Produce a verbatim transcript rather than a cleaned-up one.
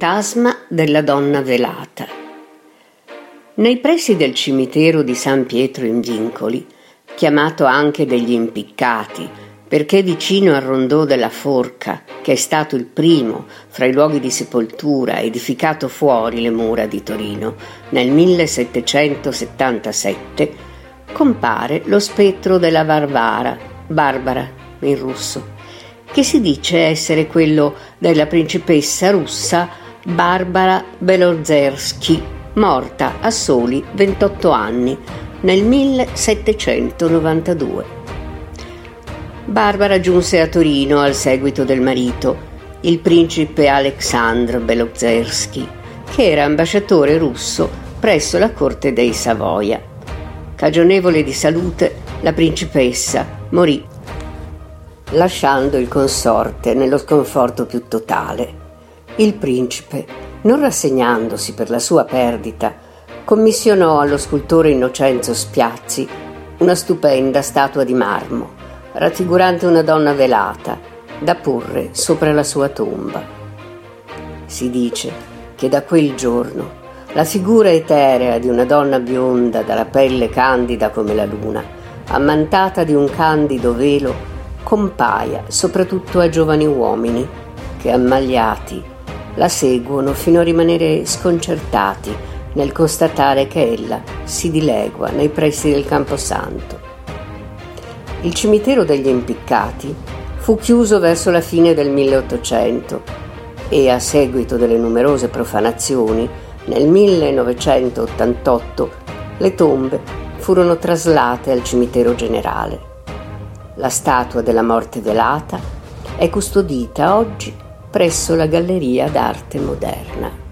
fantasma della donna velata. Nei pressi del cimitero di San Pietro in Vincoli, chiamato anche degli Impiccati, perché vicino al rondò della Forca, che è stato il primo fra i luoghi di sepoltura edificato fuori le mura di Torino nel millesettecentosettantasette, compare lo spettro della Varvara, Barbara in russo, che si dice essere quello della principessa russa Barbara Belozerskij, morta a soli ventotto anni nel millesettecentonovantadue. Barbara giunse a Torino al seguito del marito, il principe Aleksandr Belozerskij, che era ambasciatore russo presso la corte dei Savoia. Cagionevole di salute, la principessa morì, lasciando il consorte nello sconforto più totale. Il principe, non rassegnandosi per la sua perdita, commissionò allo scultore Innocenzo Spiazzi una stupenda statua di marmo, raffigurante una donna velata, da porre sopra la sua tomba. Si dice che da quel giorno la figura eterea di una donna bionda dalla pelle candida come la luna, ammantata di un candido velo, compaia soprattutto a giovani uomini che, ammagliati, la seguono fino a rimanere sconcertati nel constatare che ella si dilegua nei pressi del Camposanto. Il cimitero degli Impiccati fu chiuso verso la fine del milleottocento e, a seguito delle numerose profanazioni, nel millenovecentottantotto le tombe furono traslate al cimitero generale. La statua della morte velata è custodita oggi presso la Galleria d'Arte Moderna.